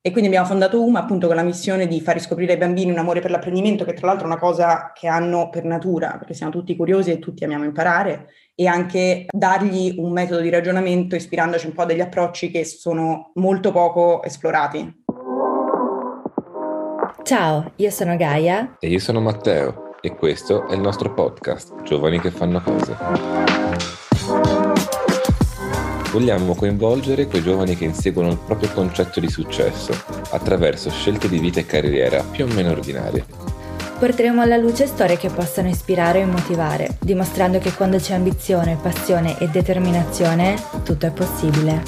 E quindi abbiamo fondato UMA appunto con la missione di far riscoprire ai bambini un amore per l'apprendimento, che tra l'altro è una cosa che hanno per natura, perché siamo tutti curiosi e tutti amiamo imparare, e anche dargli un metodo di ragionamento ispirandoci un po' a degli approcci che sono molto poco esplorati. Ciao, io sono Gaia. E io sono Matteo e questo è il nostro podcast, Giovani che fanno cose. Vogliamo coinvolgere quei giovani che inseguono il proprio concetto di successo attraverso scelte di vita e carriera più o meno ordinarie. Porteremo alla luce storie che possano ispirare e motivare, dimostrando che quando c'è ambizione, passione e determinazione, tutto è possibile.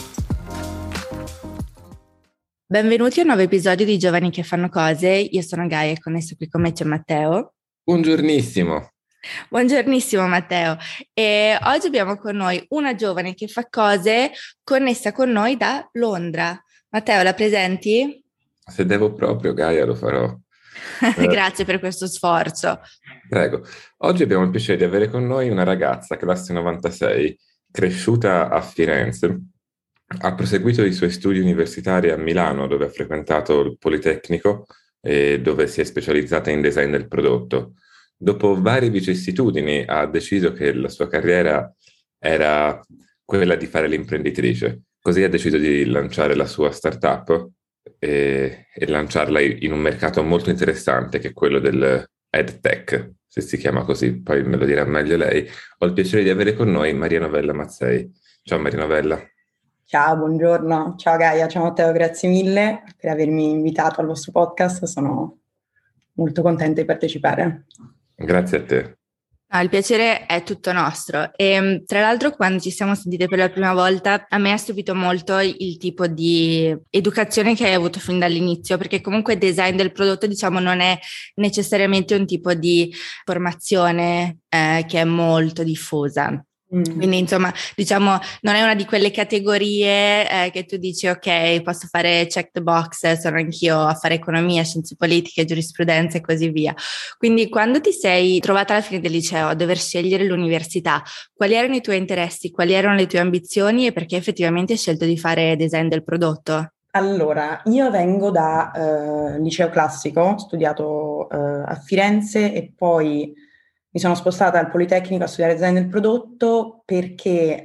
Benvenuti a un nuovo episodio di Giovani che fanno cose. Io sono Gaia e connesso qui con me c'è Matteo. Buongiornissimo! Buongiornissimo Matteo, e oggi abbiamo con noi una giovane che fa cose connessa con noi da Londra. Matteo, la presenti? Se devo proprio, Gaia, lo farò. Grazie per questo sforzo. Prego. Oggi abbiamo il piacere di avere con noi una ragazza, classe 96, cresciuta a Firenze. Ha proseguito i suoi studi universitari a Milano, dove ha frequentato il Politecnico e dove si è specializzata in design del prodotto. Dopo varie vicissitudini ha deciso che la sua carriera era quella di fare l'imprenditrice. Così ha deciso di lanciare la sua startup e lanciarla in un mercato molto interessante che è quello del EdTech, se si chiama così, poi me lo dirà meglio lei. Ho il piacere di avere con noi Maria Novella Mazzei. Ciao Maria Novella. Ciao, buongiorno. Ciao Gaia, ciao Matteo, grazie mille per avermi invitato al vostro podcast. Sono molto contenta di partecipare. Grazie a te. Il piacere è tutto nostro e tra l'altro quando ci siamo sentite per la prima volta a me ha stupito molto il tipo di educazione che hai avuto fin dall'inizio, perché comunque il design del prodotto diciamo non è necessariamente un tipo di formazione che è molto diffusa. Quindi insomma diciamo non è una di quelle categorie che tu dici ok, posso fare check the box, sono anch'io a fare economia, scienze politiche, giurisprudenza e così via. Quindi quando ti sei trovata alla fine del liceo a dover scegliere l'università, quali erano i tuoi interessi, quali erano le tue ambizioni e perché effettivamente hai scelto di fare design del prodotto? Allora, io vengo da liceo classico, ho studiato a Firenze e poi mi sono spostata al Politecnico a studiare design del prodotto perché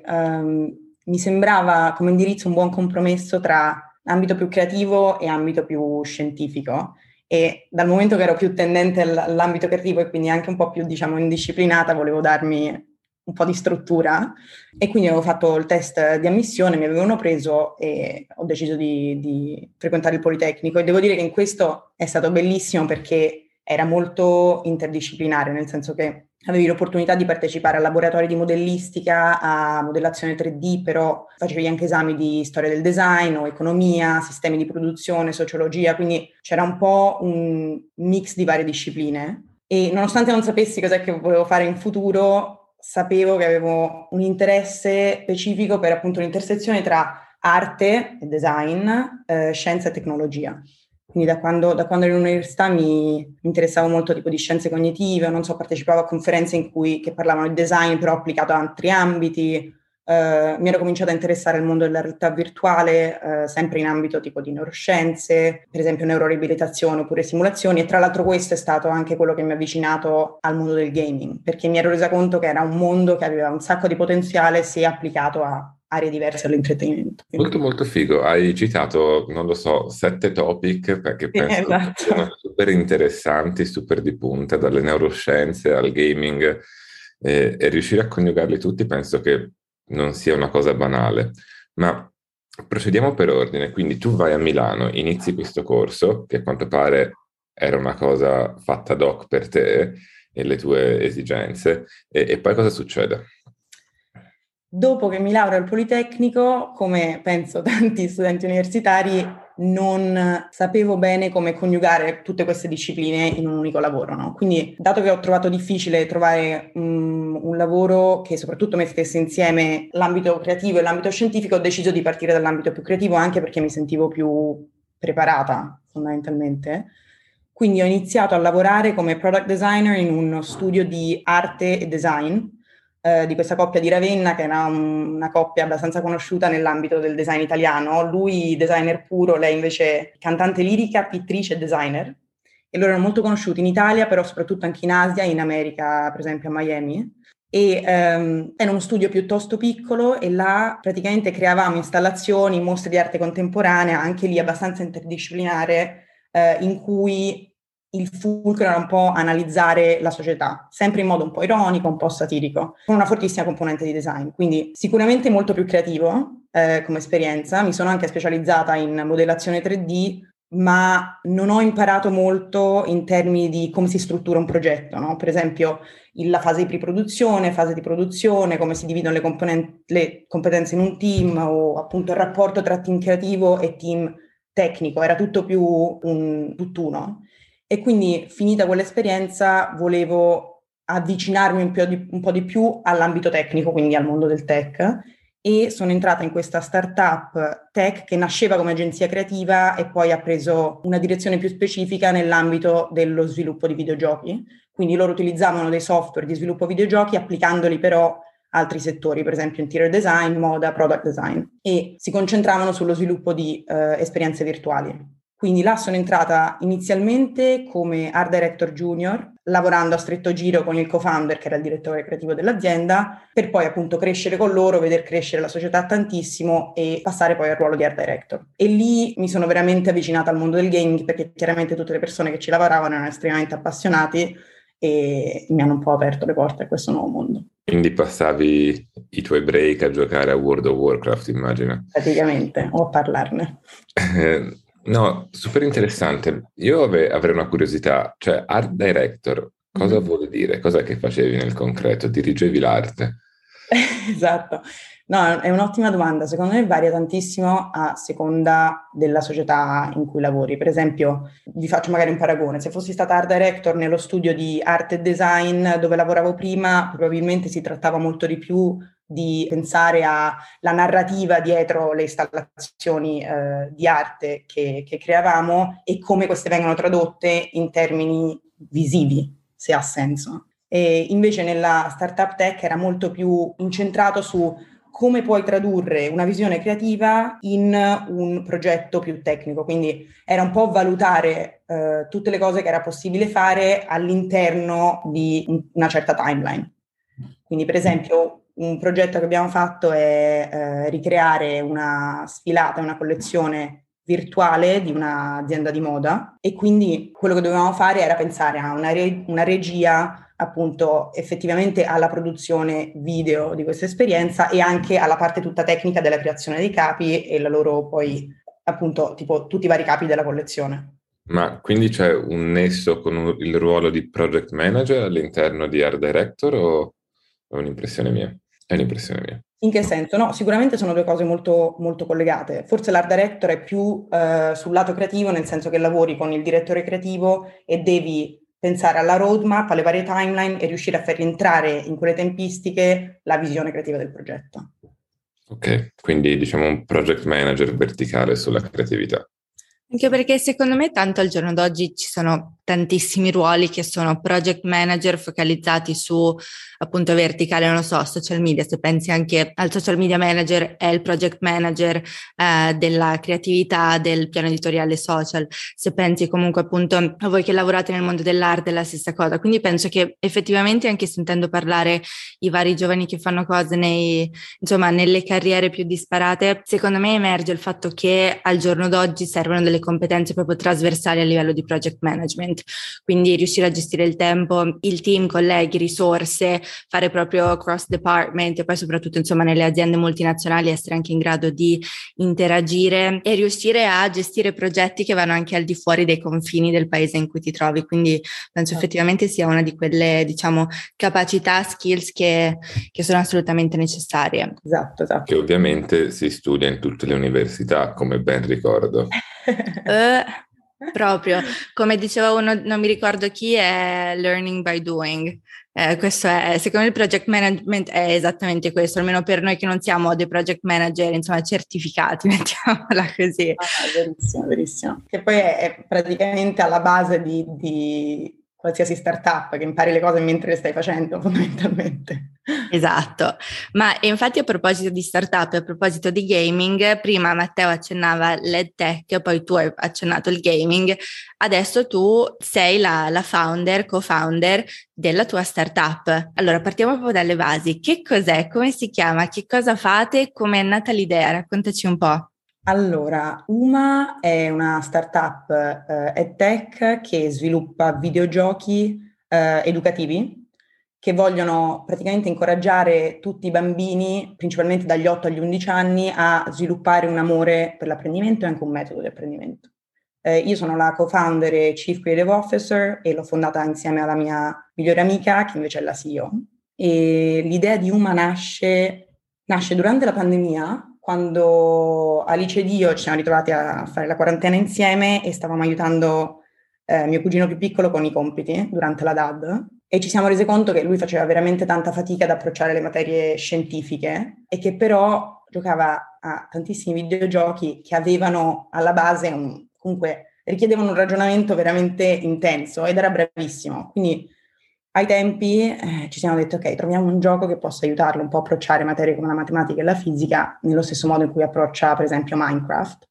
mi sembrava come indirizzo un buon compromesso tra ambito più creativo e ambito più scientifico. E dal momento che ero più tendente all'ambito creativo e quindi anche un po' più, diciamo, indisciplinata, volevo darmi un po' di struttura e quindi avevo fatto il test di ammissione, mi avevano preso e ho deciso di frequentare il Politecnico e devo dire che in questo è stato bellissimo perché era molto interdisciplinare, nel senso che avevi l'opportunità di partecipare a laboratori di modellistica, a modellazione 3D, però facevi anche esami di storia del design o economia, sistemi di produzione, sociologia, quindi c'era un po' un mix di varie discipline e nonostante non sapessi cos'è che volevo fare in futuro, sapevo che avevo un interesse specifico per appunto l'intersezione tra arte e design, scienza e tecnologia. Quindi da quando ero in università mi interessavo molto tipo di scienze cognitive, non so, partecipavo a conferenze che parlavano di design però applicato a altri ambiti, mi ero cominciata a interessare al mondo della realtà virtuale, sempre in ambito tipo di neuroscienze, per esempio neuroriabilitazione oppure simulazioni e tra l'altro questo è stato anche quello che mi ha avvicinato al mondo del gaming, perché mi ero resa conto che era un mondo che aveva un sacco di potenziale se applicato a aree diverse dell'intrattenimento. Molto molto figo, hai citato, non lo so, 7 topic perché Sì, penso che esatto. siano super interessanti, super di punta, dalle neuroscienze al gaming e riuscire a coniugarli tutti penso che non sia una cosa banale. Ma procediamo per ordine, quindi tu vai a Milano, inizi questo corso, che a quanto pare era una cosa fatta ad hoc per te e le tue esigenze, e poi cosa succede? Dopo che mi laureo al Politecnico, come penso tanti studenti universitari, non sapevo bene come coniugare tutte queste discipline in un unico lavoro, no? Quindi, dato che ho trovato difficile trovare un lavoro che soprattutto mettesse insieme l'ambito creativo e l'ambito scientifico, ho deciso di partire dall'ambito più creativo anche perché mi sentivo più preparata, fondamentalmente. Quindi ho iniziato a lavorare come product designer in uno studio di arte e design di questa coppia di Ravenna, che era una coppia abbastanza conosciuta nell'ambito del design italiano. Lui designer puro, lei invece cantante lirica, pittrice e designer. E loro erano molto conosciuti in Italia, però soprattutto anche in Asia, in America, per esempio a Miami. E era uno studio piuttosto piccolo e là praticamente creavamo installazioni, mostre di arte contemporanea, anche lì abbastanza interdisciplinare, in cui il fulcro era un po' analizzare la società, sempre in modo un po' ironico, un po' satirico, con una fortissima componente di design. Quindi sicuramente molto più creativo come esperienza. Mi sono anche specializzata in modellazione 3D, ma non ho imparato molto in termini di come si struttura un progetto, no? Per esempio la fase di pre-produzione, fase di produzione, come si dividono le competenze in un team, o appunto il rapporto tra team creativo e team tecnico, era tutto più un tutt'uno. E quindi, finita quell'esperienza, volevo avvicinarmi un po' di più all'ambito tecnico, quindi al mondo del tech, e sono entrata in questa startup tech che nasceva come agenzia creativa e poi ha preso una direzione più specifica nell'ambito dello sviluppo di videogiochi. Quindi loro utilizzavano dei software di sviluppo videogiochi applicandoli però a altri settori, per esempio interior design, moda, product design, e si concentravano sullo sviluppo di esperienze virtuali. Quindi là sono entrata inizialmente come art director junior, lavorando a stretto giro con il co-founder, che era il direttore creativo dell'azienda, per poi appunto crescere con loro, veder crescere la società tantissimo e passare poi al ruolo di art director. E lì mi sono veramente avvicinata al mondo del gaming, perché chiaramente tutte le persone che ci lavoravano erano estremamente appassionati e mi hanno un po' aperto le porte a questo nuovo mondo. Quindi passavi i tuoi break a giocare a World of Warcraft, immagino. Praticamente, o a parlarne. No, super interessante. Io avrei una curiosità, cioè art director, cosa vuol dire? Cos'è che facevi nel concreto? Dirigevi l'arte? Esatto. No, è un'ottima domanda. Secondo me varia tantissimo a seconda della società in cui lavori. Per esempio, vi faccio magari un paragone. Se fossi stata art director nello studio di arte e design dove lavoravo prima, probabilmente si trattava molto di più di pensare alla narrativa dietro le installazioni di arte che creavamo e come queste vengono tradotte in termini visivi, se ha senso. E invece nella startup tech era molto più incentrato su come puoi tradurre una visione creativa in un progetto più tecnico. Quindi era un po' valutare tutte le cose che era possibile fare all'interno di una certa timeline. Quindi per esempio un progetto che abbiamo fatto è ricreare una sfilata, una collezione virtuale di un'azienda di moda, e quindi quello che dovevamo fare era pensare a una regia appunto effettivamente alla produzione video di questa esperienza e anche alla parte tutta tecnica della creazione dei capi e la loro poi appunto tipo tutti i vari capi della collezione. Ma quindi c'è un nesso con il ruolo di project manager all'interno di art director o è un'impressione mia? È un'impressione mia. In che senso? No, sicuramente sono due cose molto, molto collegate. Forse l'art director è più sul lato creativo, nel senso che lavori con il direttore creativo e devi pensare alla roadmap, alle varie timeline e riuscire a far rientrare in quelle tempistiche la visione creativa del progetto. Ok, quindi diciamo un project manager verticale sulla creatività. Anche perché secondo me tanto al giorno d'oggi ci sono tantissimi ruoli che sono project manager focalizzati su appunto verticale, non lo so, social media. Se pensi anche al social media manager è il project manager della creatività, del piano editoriale social. Se pensi comunque appunto a voi che lavorate nel mondo dell'arte è la stessa cosa. Quindi penso che effettivamente anche sentendo parlare i vari giovani che fanno cose nelle carriere più disparate, secondo me emerge il fatto che al giorno d'oggi servono delle competenze proprio trasversali a livello di project management, quindi riuscire a gestire il tempo, il team, colleghi, risorse, fare proprio cross department e poi soprattutto nelle aziende multinazionali essere anche in grado di interagire e riuscire a gestire progetti che vanno anche al di fuori dei confini del paese in cui ti trovi. Quindi penso effettivamente sia una di quelle capacità, skills che sono assolutamente necessarie. Esatto. Che ovviamente si studia in tutte le università, come ben ricordo. Proprio, come diceva uno, non mi ricordo chi, è learning by doing. Questo è, secondo me il project management è esattamente questo, almeno per noi che non siamo dei project manager, certificati, mettiamola così. Verissimo. Che poi è praticamente alla base di qualsiasi startup, che impari le cose mentre le stai facendo fondamentalmente. Esatto, ma infatti a proposito di startup e a proposito di gaming, prima Matteo accennava l'EdTech, poi tu hai accennato il gaming, adesso tu sei la founder, co-founder della tua startup. Allora partiamo proprio dalle basi, che cos'è, come si chiama, che cosa fate, come è nata l'idea, raccontaci un po'. Allora, Uma è una startup EdTech che sviluppa videogiochi educativi che vogliono praticamente incoraggiare tutti i bambini, principalmente dagli 8 agli 11 anni, a sviluppare un amore per l'apprendimento e anche un metodo di apprendimento. Io sono la co-founder e Chief Creative Officer e l'ho fondata insieme alla mia migliore amica, che invece è la CEO. E l'idea di Uma nasce durante la pandemia, quando Alice ed io ci siamo ritrovati a fare la quarantena insieme e stavamo aiutando mio cugino più piccolo con i compiti durante la DAD, e ci siamo resi conto che lui faceva veramente tanta fatica ad approcciare le materie scientifiche e che però giocava a tantissimi videogiochi che avevano alla base comunque richiedevano un ragionamento veramente intenso, ed era bravissimo. Quindi ai tempi ci siamo detti ok, troviamo un gioco che possa aiutarlo un po' a approcciare materie come la matematica e la fisica nello stesso modo in cui approccia per esempio Minecraft,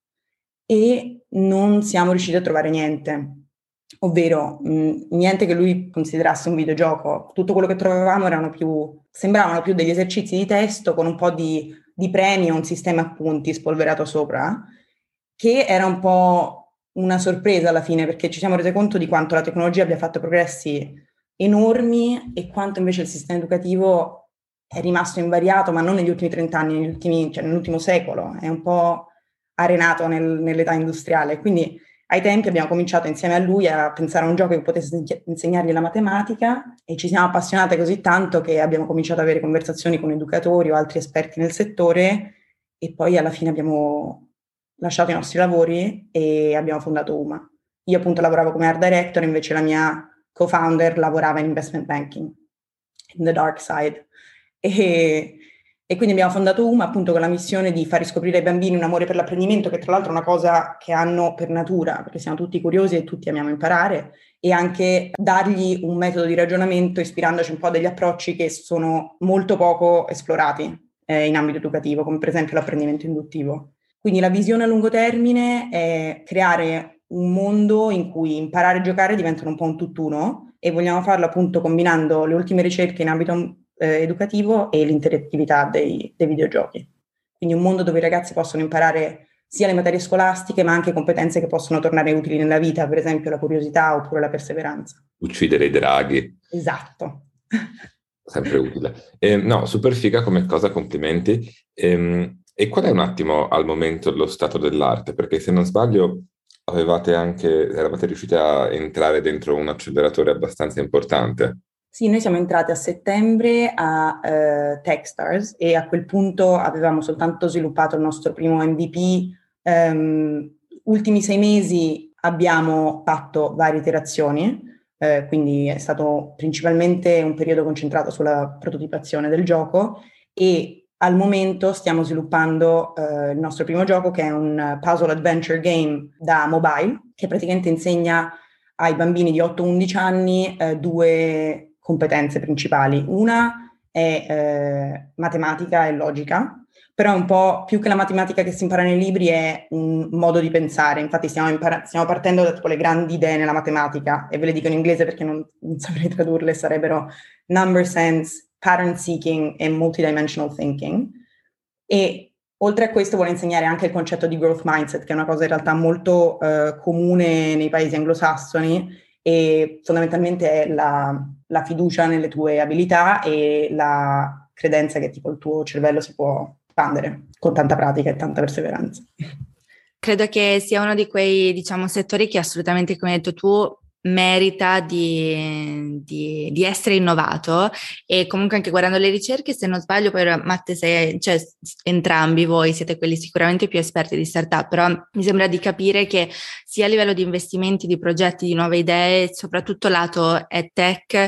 e non siamo riusciti a trovare niente. Ovvero niente che lui considerasse un videogioco. Tutto quello che trovavamo sembravano più degli esercizi di testo con un po' di premi e un sistema a punti spolverato sopra, che era un po' una sorpresa alla fine, perché ci siamo resi conto di quanto la tecnologia abbia fatto progressi enormi e quanto invece il sistema educativo è rimasto invariato, ma non negli ultimi 30 anni, nell'ultimo secolo, è un po' arenato nell'età industriale. Quindi ai tempi abbiamo cominciato insieme a lui a pensare a un gioco che potesse insegnargli la matematica, e ci siamo appassionate così tanto che abbiamo cominciato ad avere conversazioni con educatori o altri esperti nel settore, e poi alla fine abbiamo lasciato i nostri lavori e abbiamo fondato Uma. Io appunto lavoravo come art director, invece la mia co-founder lavorava in investment banking, in the dark side. E quindi abbiamo fondato Uma appunto con la missione di far riscoprire ai bambini un amore per l'apprendimento, che tra l'altro è una cosa che hanno per natura, perché siamo tutti curiosi e tutti amiamo imparare, e anche dargli un metodo di ragionamento ispirandoci un po' a degli approcci che sono molto poco esplorati in ambito educativo, come per esempio l'apprendimento induttivo. Quindi la visione a lungo termine è creare un mondo in cui imparare e giocare diventano un po' un tutt'uno, e vogliamo farlo appunto combinando le ultime ricerche in ambito educativo e l'interattività dei videogiochi. Quindi un mondo dove i ragazzi possono imparare sia le materie scolastiche, ma anche competenze che possono tornare utili nella vita, per esempio la curiosità oppure la perseveranza. Uccidere i draghi. Esatto. Sempre utile. No, super figa come cosa, complimenti. E qual è un attimo al momento lo stato dell'arte? Perché se non sbaglio eravate riusciti a entrare dentro un acceleratore abbastanza importante. Sì, noi siamo entrati a settembre a Techstars, e a quel punto avevamo soltanto sviluppato il nostro primo MVP. Ultimi 6 mesi abbiamo fatto varie iterazioni, quindi è stato principalmente un periodo concentrato sulla prototipazione del gioco, e al momento stiamo sviluppando il nostro primo gioco, che è un puzzle adventure game da mobile, che praticamente insegna ai bambini di 8-11 anni 2 competenze principali. Una è matematica e logica, però è un po' più che la matematica che si impara nei libri, è un modo di pensare. Infatti stiamo partendo da tipo le grandi idee nella matematica, e ve le dico in inglese perché non saprei tradurle, sarebbero number sense, pattern seeking e multidimensional thinking. E oltre a questo vuole insegnare anche il concetto di growth mindset, che è una cosa in realtà molto comune nei paesi anglosassoni, e fondamentalmente è la fiducia nelle tue abilità e la credenza che tipo il tuo cervello si può espandere con tanta pratica e tanta perseveranza. Credo che sia uno di quei, diciamo, settori che assolutamente, come hai detto tu, merita di essere innovato, e comunque anche guardando le ricerche, se non sbaglio, poi Matte, cioè entrambi voi siete quelli sicuramente più esperti di startup, però mi sembra di capire che sia a livello di investimenti, di progetti, di nuove idee, soprattutto lato EdTech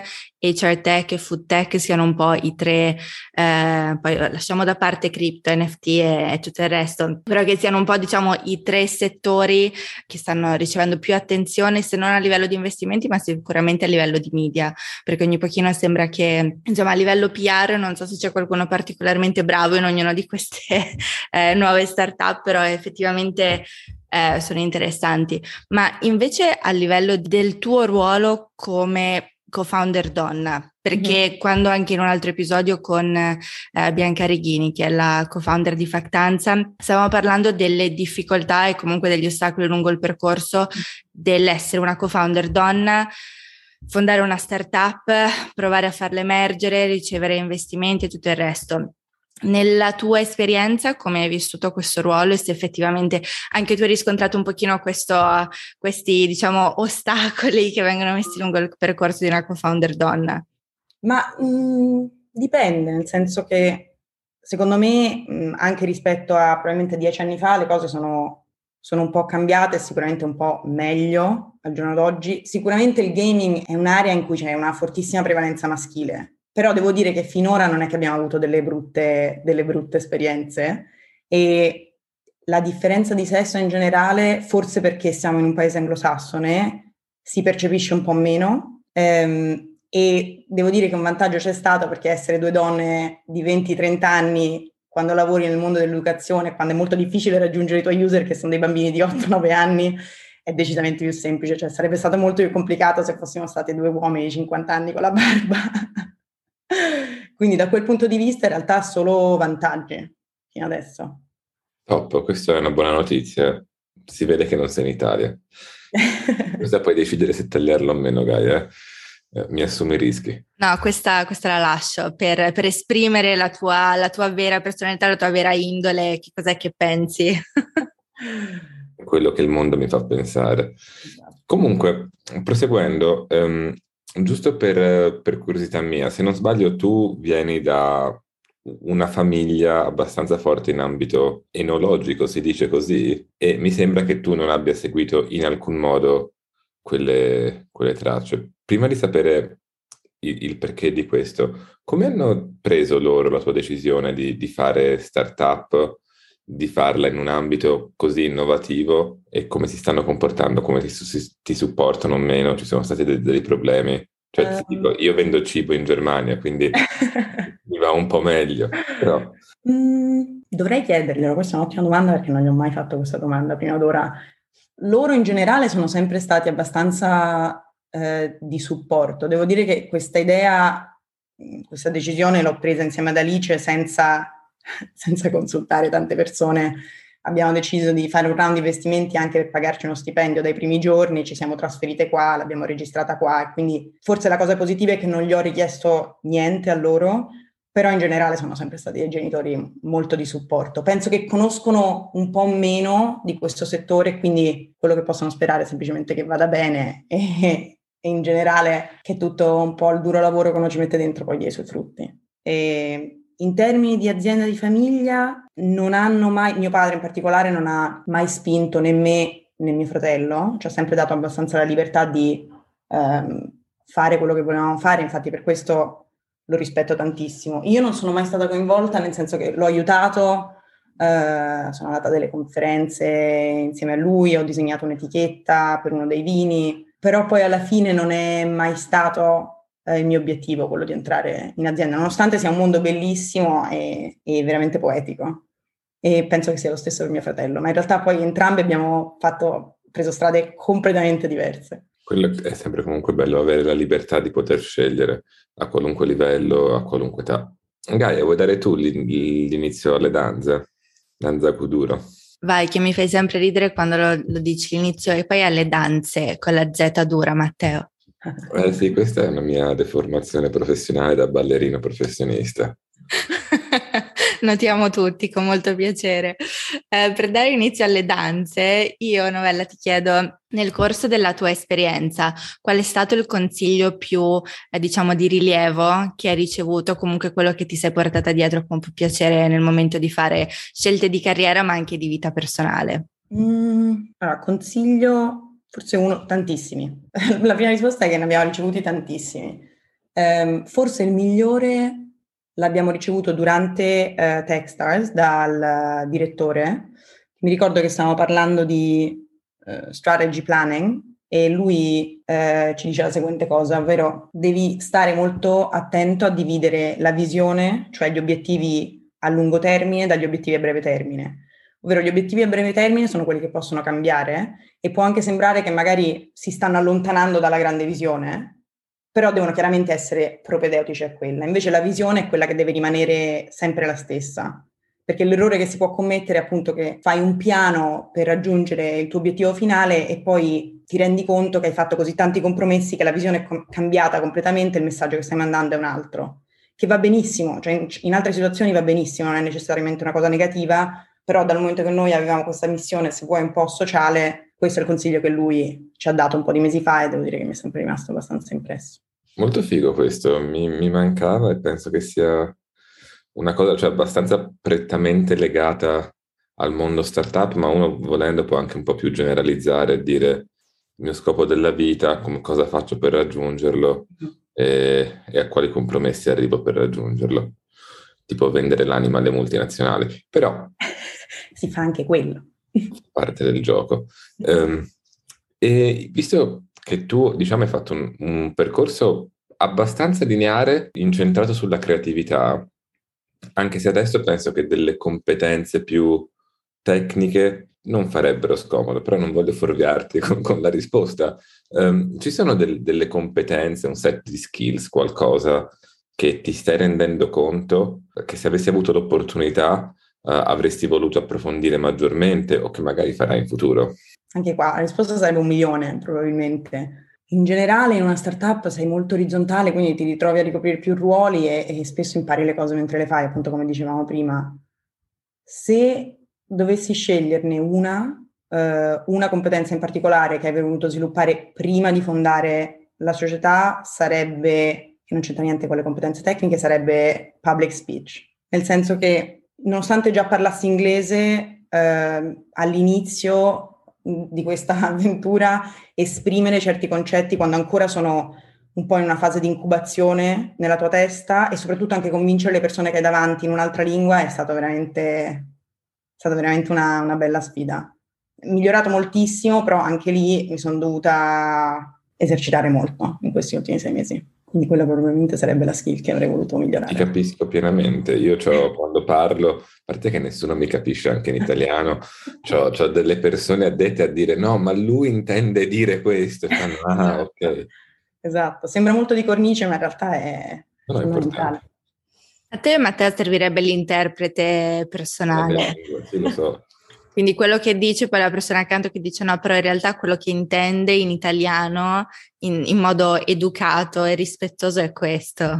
HR tech e food tech siano un po' i tre, poi lasciamo da parte cripto, NFT e tutto il resto, però che siano un po' diciamo i tre settori che stanno ricevendo più attenzione, se non a livello di investimenti ma sicuramente a livello di media, perché ogni pochino sembra che insomma a livello PR non so se c'è qualcuno particolarmente bravo in ognuna di queste nuove startup, però effettivamente sono interessanti. Ma invece a livello del tuo ruolo come co-founder donna, perché quando anche in un altro episodio con Bianca Reghini, che è la co-founder di Factanza, stavamo parlando delle difficoltà e comunque degli ostacoli lungo il percorso dell'essere una co-founder donna, fondare una startup, provare a farla emergere, ricevere investimenti e tutto il resto. Nella tua esperienza, come hai vissuto questo ruolo e se effettivamente anche tu hai riscontrato un pochino questi, diciamo, ostacoli che vengono messi lungo il percorso di una co-founder donna? Ma dipende, nel senso che secondo me anche rispetto a probabilmente 10 anni fa le cose sono un po' cambiate, sicuramente un po' meglio al giorno d'oggi. Sicuramente il gaming è un'area in cui c'è una fortissima prevalenza maschile, però devo dire che finora non è che abbiamo avuto delle brutte esperienze, e la differenza di sesso in generale, forse perché siamo in un paese anglosassone, si percepisce un po' meno. E devo dire che un vantaggio c'è stato, perché essere due donne di 20-30 anni quando lavori nel mondo dell'educazione, quando è molto difficile raggiungere i tuoi user che sono dei bambini di 8-9 anni, è decisamente più semplice. Cioè sarebbe stato molto più complicato se fossimo state due uomini di 50 anni con la barba. Quindi da quel punto di vista in realtà solo vantaggi fino adesso. Top, questa è una buona notizia. Si vede che non sei in Italia. Cosa puoi decidere se tagliarlo o meno, Gaia? Mi assumo i rischi. No, questa la lascio per esprimere la tua vera personalità, la tua vera indole, che cos'è che pensi? Quello che il mondo mi fa pensare. Comunque, proseguendo, giusto per curiosità mia, se non sbaglio, tu vieni da una famiglia abbastanza forte in ambito enologico, si dice così, e mi sembra che tu non abbia seguito in alcun modo quelle tracce. Prima di sapere il perché di questo, come hanno preso loro la tua decisione di fare startup, di farla in un ambito così innovativo, e come si stanno comportando, come ti supportano o meno? Ci sono stati dei problemi? Cioè, ti dico, io vendo cibo in Germania, quindi mi va un po' meglio, però... Dovrei chiederglielo, questa è un'ottima domanda perché non gli ho mai fatto questa domanda prima d'ora. Loro in generale sono sempre stati abbastanza di supporto. Devo dire che questa decisione l'ho presa insieme ad Alice senza consultare tante persone. Abbiamo deciso di fare un round di investimenti anche per pagarci uno stipendio dai primi giorni, ci siamo trasferite qua, l'abbiamo registrata qua, e quindi forse la cosa positiva è che non gli ho richiesto niente a loro, però in generale sono sempre stati dei genitori molto di supporto. Penso che conoscono un po' meno di questo settore, quindi quello che possono sperare è semplicemente che vada bene e in generale che tutto un po' il duro lavoro che uno ci mette dentro poi dia i suoi frutti. E in termini di azienda di famiglia, non hanno mai, mio padre in particolare non ha mai spinto né me né mio fratello, ci ha sempre dato abbastanza la libertà di fare quello che volevamo fare, infatti per questo lo rispetto tantissimo. Io non sono mai stata coinvolta, nel senso che l'ho aiutato, sono andata a delle conferenze insieme a lui, ho disegnato un'etichetta per uno dei vini, però poi alla fine non è mai stato il mio obiettivo quello di entrare in azienda, nonostante sia un mondo bellissimo e veramente poetico, e penso che sia lo stesso per mio fratello, ma in realtà poi entrambi abbiamo preso strade completamente diverse. Quello è sempre comunque bello, avere la libertà di poter scegliere a qualunque livello, a qualunque età. Gaia, vuoi dare tu l'inizio alle danze? Danza Kuduro. Vai, che mi fai sempre ridere quando lo dici l'inizio e poi alle danze con la Z dura, Matteo. Sì, questa è una mia deformazione professionale da ballerino professionista. Notiamo tutti con molto piacere. Per dare inizio alle danze, io, Novella, ti chiedo, nel corso della tua esperienza, qual è stato il consiglio più, diciamo, di rilievo che hai ricevuto, comunque quello che ti sei portata dietro con più piacere nel momento di fare scelte di carriera, ma anche di vita personale? Allora, consiglio, forse uno, tantissimi. La prima risposta è che ne abbiamo ricevuti tantissimi. Forse il migliore l'abbiamo ricevuto durante Techstars dal direttore. Mi ricordo che stavamo parlando di strategy planning e lui ci dice la seguente cosa, ovvero devi stare molto attento a dividere la visione, cioè gli obiettivi a lungo termine, dagli obiettivi a breve termine. Ovvero gli obiettivi a breve termine sono quelli che possono cambiare e può anche sembrare che magari si stanno allontanando dalla grande visione, però devono chiaramente essere propedeutici a quella. Invece la visione è quella che deve rimanere sempre la stessa, perché l'errore che si può commettere è appunto che fai un piano per raggiungere il tuo obiettivo finale e poi ti rendi conto che hai fatto così tanti compromessi che la visione è cambiata completamente, il messaggio che stai mandando è un altro, che va benissimo, cioè in altre situazioni va benissimo, non è necessariamente una cosa negativa, però dal momento che noi avevamo questa missione, se vuoi un po' sociale, questo è il consiglio che lui ci ha dato un po' di mesi fa e devo dire che mi è sempre rimasto abbastanza impresso. Molto figo questo, mi mancava e penso che sia una cosa, cioè, abbastanza prettamente legata al mondo startup, ma uno volendo può anche un po' più generalizzare e dire il mio scopo della vita, cosa faccio per raggiungerlo e a quali compromessi arrivo per raggiungerlo, tipo vendere l'anima alle multinazionali, però si fa anche quello. Parte del gioco. E visto che tu, diciamo, hai fatto un percorso abbastanza lineare, incentrato sulla creatività, anche se adesso penso che delle competenze più tecniche non farebbero scomodo, però non voglio fuorviarti con la risposta. Ci sono delle competenze, un set di skills, qualcosa che ti stai rendendo conto che se avessi avuto l'opportunità avresti voluto approfondire maggiormente o che magari farai in futuro? Anche qua la risposta sarebbe 1 milione, probabilmente. In generale in una startup sei molto orizzontale, quindi ti ritrovi a ricoprire più ruoli e spesso impari le cose mentre le fai, appunto come dicevamo prima. Se dovessi sceglierne una competenza in particolare che avrei voluto sviluppare prima di fondare la società sarebbe, che non c'entra niente con le competenze tecniche, sarebbe public speech. Nel senso che nonostante già parlassi inglese, all'inizio di questa avventura esprimere certi concetti quando ancora sono un po' in una fase di incubazione nella tua testa e soprattutto anche convincere le persone che hai davanti in un'altra lingua è stato veramente una bella sfida. Migliorato moltissimo, però anche lì mi sono dovuta esercitare molto in questi ultimi 6 mesi. Quindi quella probabilmente sarebbe la skill che avrei voluto migliorare. Ti capisco pienamente. Io quando parlo, a parte che nessuno mi capisce anche in italiano, c'ho delle persone addette a dire no, ma lui intende dire questo. Ah, ok. Esatto, sembra molto di cornice, ma in realtà è fondamentale. A te, Matteo, servirebbe l'interprete personale. Sì, lo so. Quindi quello che dice, poi la persona accanto che dice no, però in realtà quello che intende in italiano in modo educato e rispettoso è questo.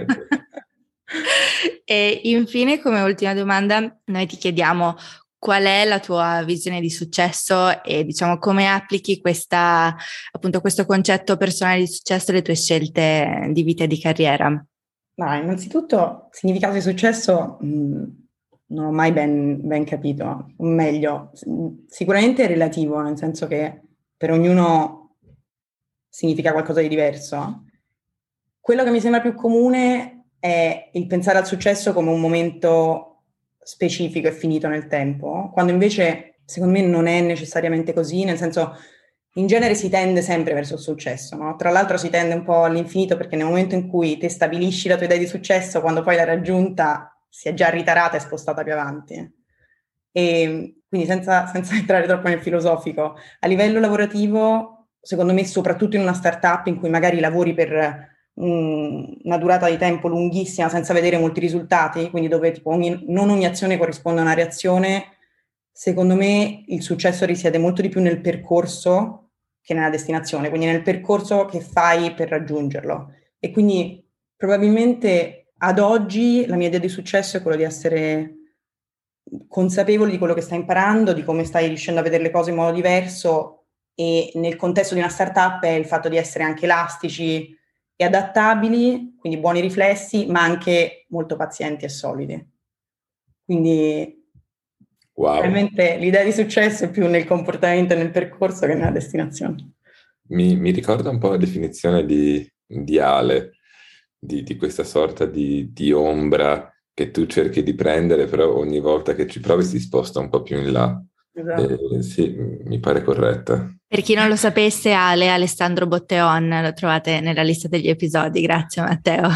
E infine, come ultima domanda, noi ti chiediamo qual è la tua visione di successo e diciamo come applichi appunto questo concetto personale di successo alle tue scelte di vita e di carriera. Ma innanzitutto, significato di successo non ho mai ben capito, o meglio, sicuramente è relativo, nel senso che per ognuno significa qualcosa di diverso. Quello che mi sembra più comune è il pensare al successo come un momento specifico e finito nel tempo, quando invece secondo me non è necessariamente così, nel senso in genere si tende sempre verso il successo, no? Tra l'altro si tende un po' all'infinito perché nel momento in cui te stabilisci la tua idea di successo, quando poi l'hai raggiunta si è già ritarata e spostata più avanti. E quindi senza entrare troppo nel filosofico, a livello lavorativo, secondo me soprattutto in una startup in cui magari lavori per una durata di tempo lunghissima senza vedere molti risultati, quindi dove tipo non ogni azione corrisponde a una reazione, secondo me il successo risiede molto di più nel percorso che nella destinazione, quindi nel percorso che fai per raggiungerlo. E quindi probabilmente ad oggi la mia idea di successo è quello di essere consapevole di quello che stai imparando, di come stai riuscendo a vedere le cose in modo diverso e nel contesto di una startup è il fatto di essere anche elastici e adattabili, quindi buoni riflessi, ma anche molto pazienti e solidi. Quindi probabilmente l'idea di successo è più nel comportamento e nel percorso che nella destinazione. Mi ricorda un po' la definizione di Ale, di questa sorta di ombra che tu cerchi di prendere, però ogni volta che ci provi si sposta un po' più in là. Esatto. Sì, mi pare corretta. Per chi non lo sapesse, Alessandro Botteon, lo trovate nella lista degli episodi. Grazie Matteo.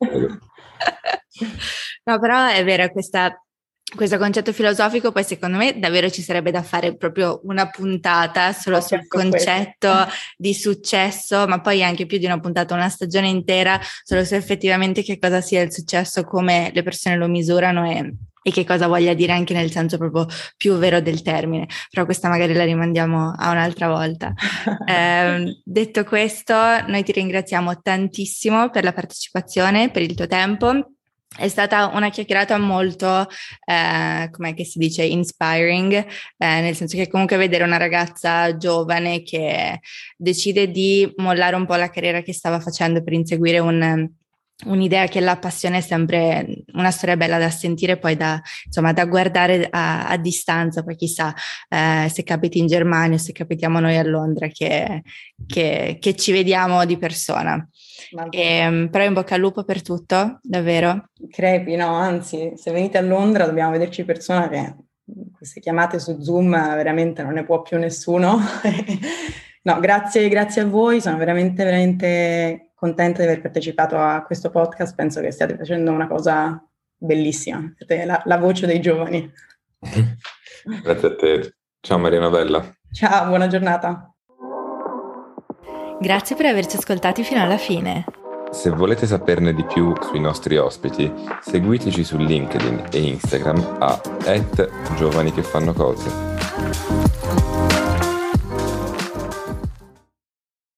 No, però è vero, questo concetto filosofico, poi secondo me davvero ci sarebbe da fare proprio una puntata solo sul concetto di successo, ma poi anche più di una puntata, una stagione intera, solo su effettivamente che cosa sia il successo, come le persone lo misurano e che cosa voglia dire anche nel senso proprio più vero del termine, però questa magari la rimandiamo a un'altra volta. Detto questo, noi ti ringraziamo tantissimo per la partecipazione, per il tuo tempo. È stata una chiacchierata molto, com'è che si dice, inspiring, nel senso che comunque vedere una ragazza giovane che decide di mollare un po' la carriera che stava facendo per inseguire un'idea che la passione è sempre una storia bella da sentire, poi da guardare a distanza, poi chissà se capiti in Germania o se capitiamo noi a Londra che ci vediamo di persona. Però in bocca al lupo per tutto, davvero. Crepi, no, anzi, se venite a Londra dobbiamo vederci persona, che queste chiamate su Zoom veramente non ne può più nessuno. No, grazie a voi, sono veramente, veramente contenta di aver partecipato a questo podcast, penso che stiate facendo una cosa bellissima, siete la voce dei giovani. Grazie a te, ciao Maria Novella. Ciao, buona giornata. Grazie per averci ascoltati fino alla fine. Se volete saperne di più sui nostri ospiti, seguiteci su LinkedIn e Instagram a @giovanichefannocose.